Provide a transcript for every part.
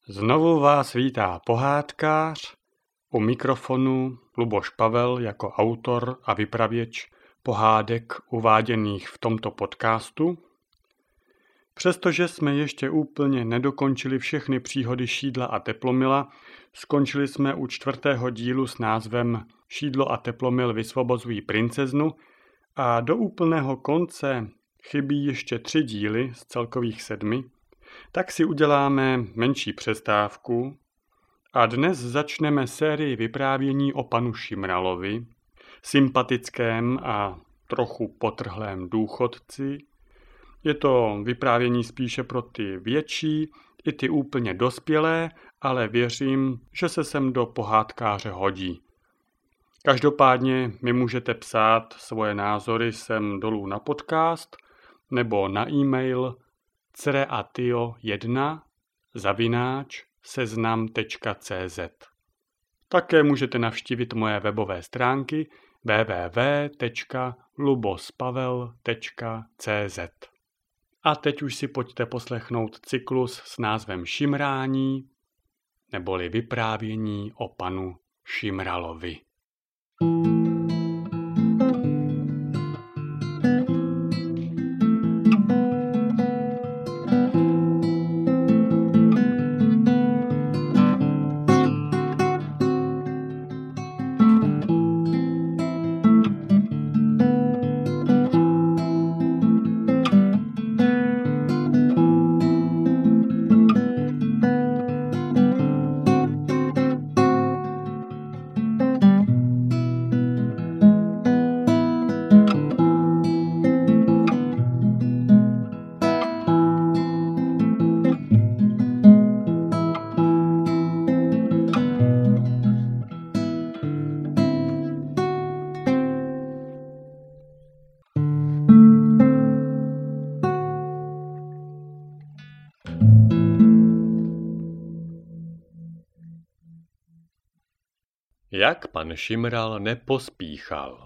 Znovu vás vítá pohádkář, u mikrofonu Luboš Pavel jako autor a vypravěč pohádek uváděných v tomto podcastu. Přestože jsme ještě úplně nedokončili všechny příhody Šídla a Teplomila, skončili jsme u 4. dílu s názvem Šídlo a Teplomil vysvobozují princeznu a do úplného konce chybí ještě 3 díly z celkových 7, tak si uděláme menší přestávku a dnes začneme sérii vyprávění o panu Šimralovi, sympatickém a trochu potrhlém důchodci. Je to vyprávění spíše pro ty větší i ty úplně dospělé, ale věřím, že se sem do pohádkáře hodí. Každopádně mi můžete psát svoje názory sem dolů na podcast nebo na e-mail cereatio1@seznam.cz. Také můžete navštívit moje webové stránky www.lubospavel.cz. A teď už si pojďte poslechnout cyklus s názvem Šimrání, neboli vyprávění o panu Šimralovi. Jak pan Šimral nepospíchal.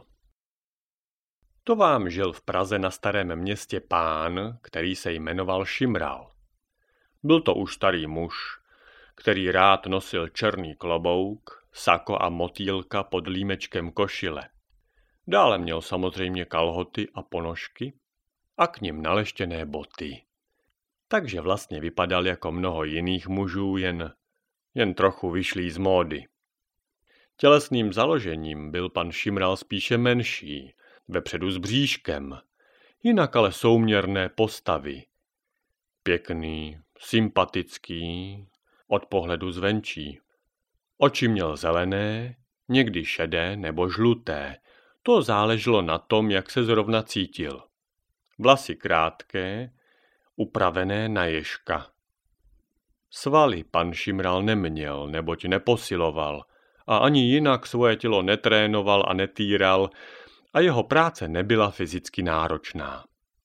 To vám žil v Praze na Starém Městě pán, který se jmenoval Šimral. Byl to už starý muž, který rád nosil černý klobouk, sako a motýlka pod límečkem košile. Dále měl samozřejmě kalhoty a ponožky a k nim naleštěné boty. Takže vlastně vypadal jako mnoho jiných mužů, jen trochu vyšlý z módy. Tělesným založením byl pan Šimral spíše menší, vepředu s bříškem, jinak ale souměrné postavy. Pěkný, sympatický, od pohledu zvenčí. Oči měl zelené, někdy šedé nebo žluté, to záleželo na tom, jak se zrovna cítil. Vlasy krátké, upravené na ježka. Svaly pan Šimral neměl, neboť neposiloval, a ani jinak svoje tělo netrénoval a netýral a jeho práce nebyla fyzicky náročná.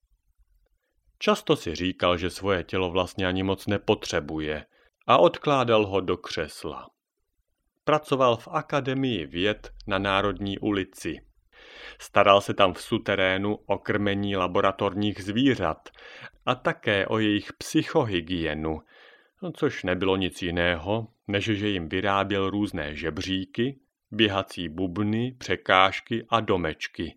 Často si říkal, že svoje tělo vlastně ani moc nepotřebuje a odkládal ho do křesla. Pracoval v Akademii věd na Národní ulici. Staral se tam v suterénu o krmení laboratorních zvířat a také o jejich psychohygienu, což nebylo nic jiného, než že jim vyráběl různé žebříky, běhací bubny, překážky a domečky.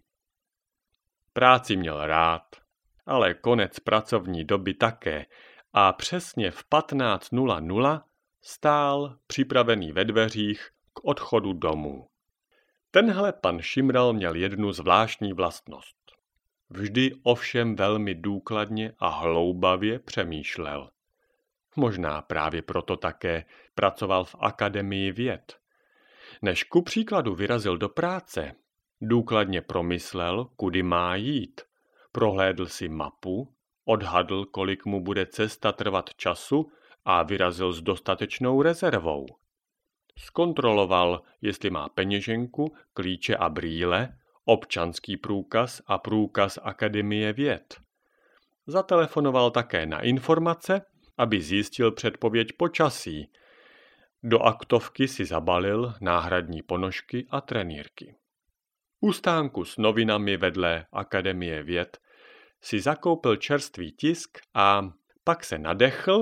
Práci měl rád, ale konec pracovní doby také a přesně v 15:00 stál připravený ve dveřích k odchodu domů. Tenhle pan Šimral měl jednu zvláštní vlastnost. Vždy ovšem velmi důkladně a hloubavě přemýšlel. Možná právě proto také pracoval v Akademii věd. Než ku příkladu vyrazil do práce, důkladně promyslel, kudy má jít. Prohlédl si mapu, odhadl, kolik mu bude cesta trvat času a vyrazil s dostatečnou rezervou. Zkontroloval, jestli má peněženku, klíče a brýle, občanský průkaz a průkaz Akademie věd. Zatelefonoval také na informace, aby zjistil předpověď počasí. Do aktovky si zabalil náhradní ponožky a trenýrky. U stánku s novinami vedle Akademie věd si zakoupil čerstvý tisk a pak se nadechl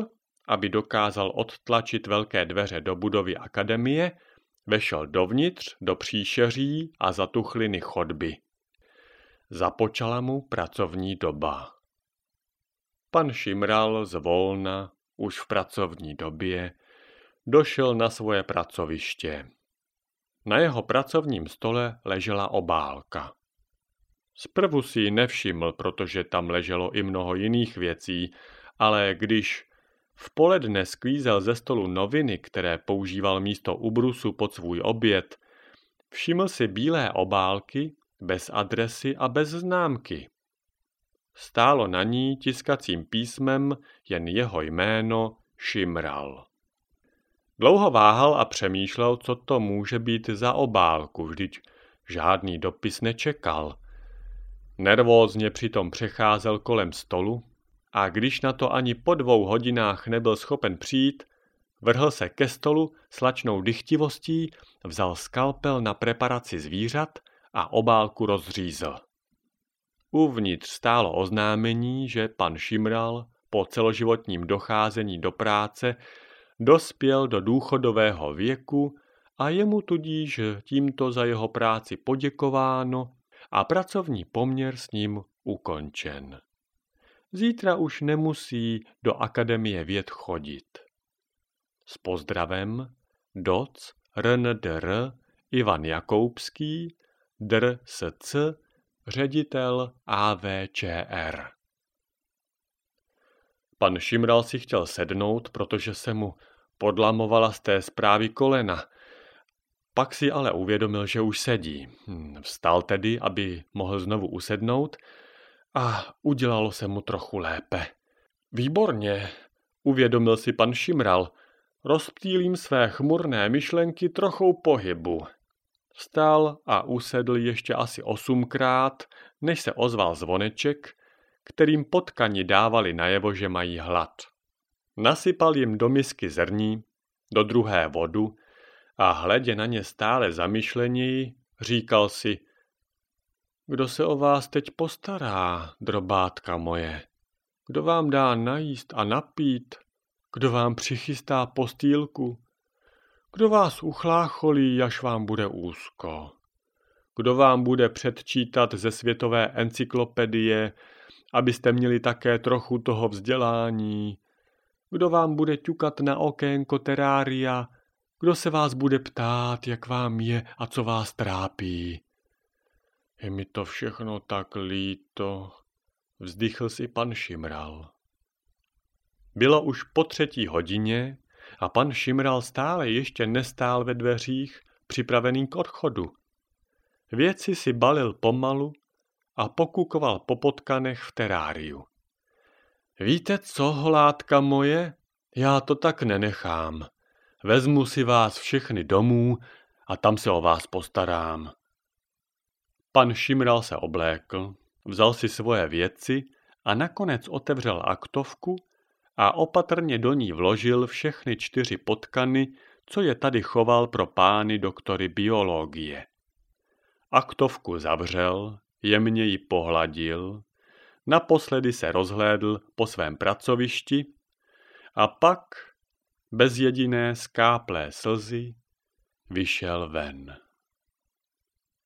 aby dokázal odtlačit velké dveře do budovy akademie, vešel dovnitř do příšeří a zatuchliny chodby. Započala mu pracovní doba. Pan Šimral zvolna, už v pracovní době, došel na svoje pracoviště. Na jeho pracovním stole ležela obálka. Zprvu si ji nevšiml, protože tam leželo i mnoho jiných věcí, ale když v poledne sklízel ze stolu noviny, které používal místo ubrusu pod svůj oběd, všiml si bílé obálky, bez adresy a bez známky. Stálo na ní tiskacím písmem jen jeho jméno Šimral. Dlouho váhal a přemýšlel, co to může být za obálku, vždyť žádný dopis nečekal. Nervózně přitom přecházel kolem stolu a když na to ani po 2 hodinách nebyl schopen přijít, vrhl se ke stolu s lačnou dychtivostí, vzal skalpel na preparaci zvířat a obálku rozřízl. Uvnitř stálo oznámení, že pan Šimral po celoživotním docházení do práce dospěl do důchodového věku a je mu tudíž tímto za jeho práci poděkováno a pracovní poměr s ním ukončen. Zítra už nemusí do Akademie věd chodit. S pozdravem doc. RNDR Ivan Jakoubský, dr.sc., ředitel AVČR. Pan Šimral si chtěl sednout, protože se mu podlamovala z té zprávy kolena. Pak si ale uvědomil, že už sedí. Vstal tedy, aby mohl znovu usednout a udělalo se mu trochu lépe. Výborně, uvědomil si pan Šimral, rozptýlím své chmurné myšlenky trochou pohybu. Vstal a usedl ještě asi 8krát, než se ozval zvoneček, kterým potkani dávali najevo, že mají hlad. Nasypal jim do misky zrní, do druhé vodu a hledě na ně stále zamyšleněji, říkal si: kdo se o vás teď postará, drobátka moje? Kdo vám dá najíst a napít? Kdo vám přichystá postýlku? Kdo vás uchlácholí, až vám bude úzko? Kdo vám bude předčítat ze světové encyklopedie, abyste měli také trochu toho vzdělání? Kdo vám bude ťukat na okénko terária? Kdo se vás bude ptát, jak vám je a co vás trápí? Je mi to všechno tak líto, vzdychl si pan Šimral. Bylo už po 3. hodině a pan Šimral stále ještě nestál ve dveřích, připravený k odchodu. Věci si balil pomalu a pokukoval po potkanech v teráriu. Víte co, holátka moje? Já to tak nenechám. Vezmu si vás všechny domů a tam se o vás postarám. Pan Šimral se oblékl, vzal si svoje věci a nakonec otevřel aktovku a opatrně do ní vložil všechny 4 potkany, co je tady choval pro pány doktory biologie. Aktovku zavřel, jemně ji pohladil, naposledy se rozhlédl po svém pracovišti a pak, bez jediné skáplé slzy, vyšel ven.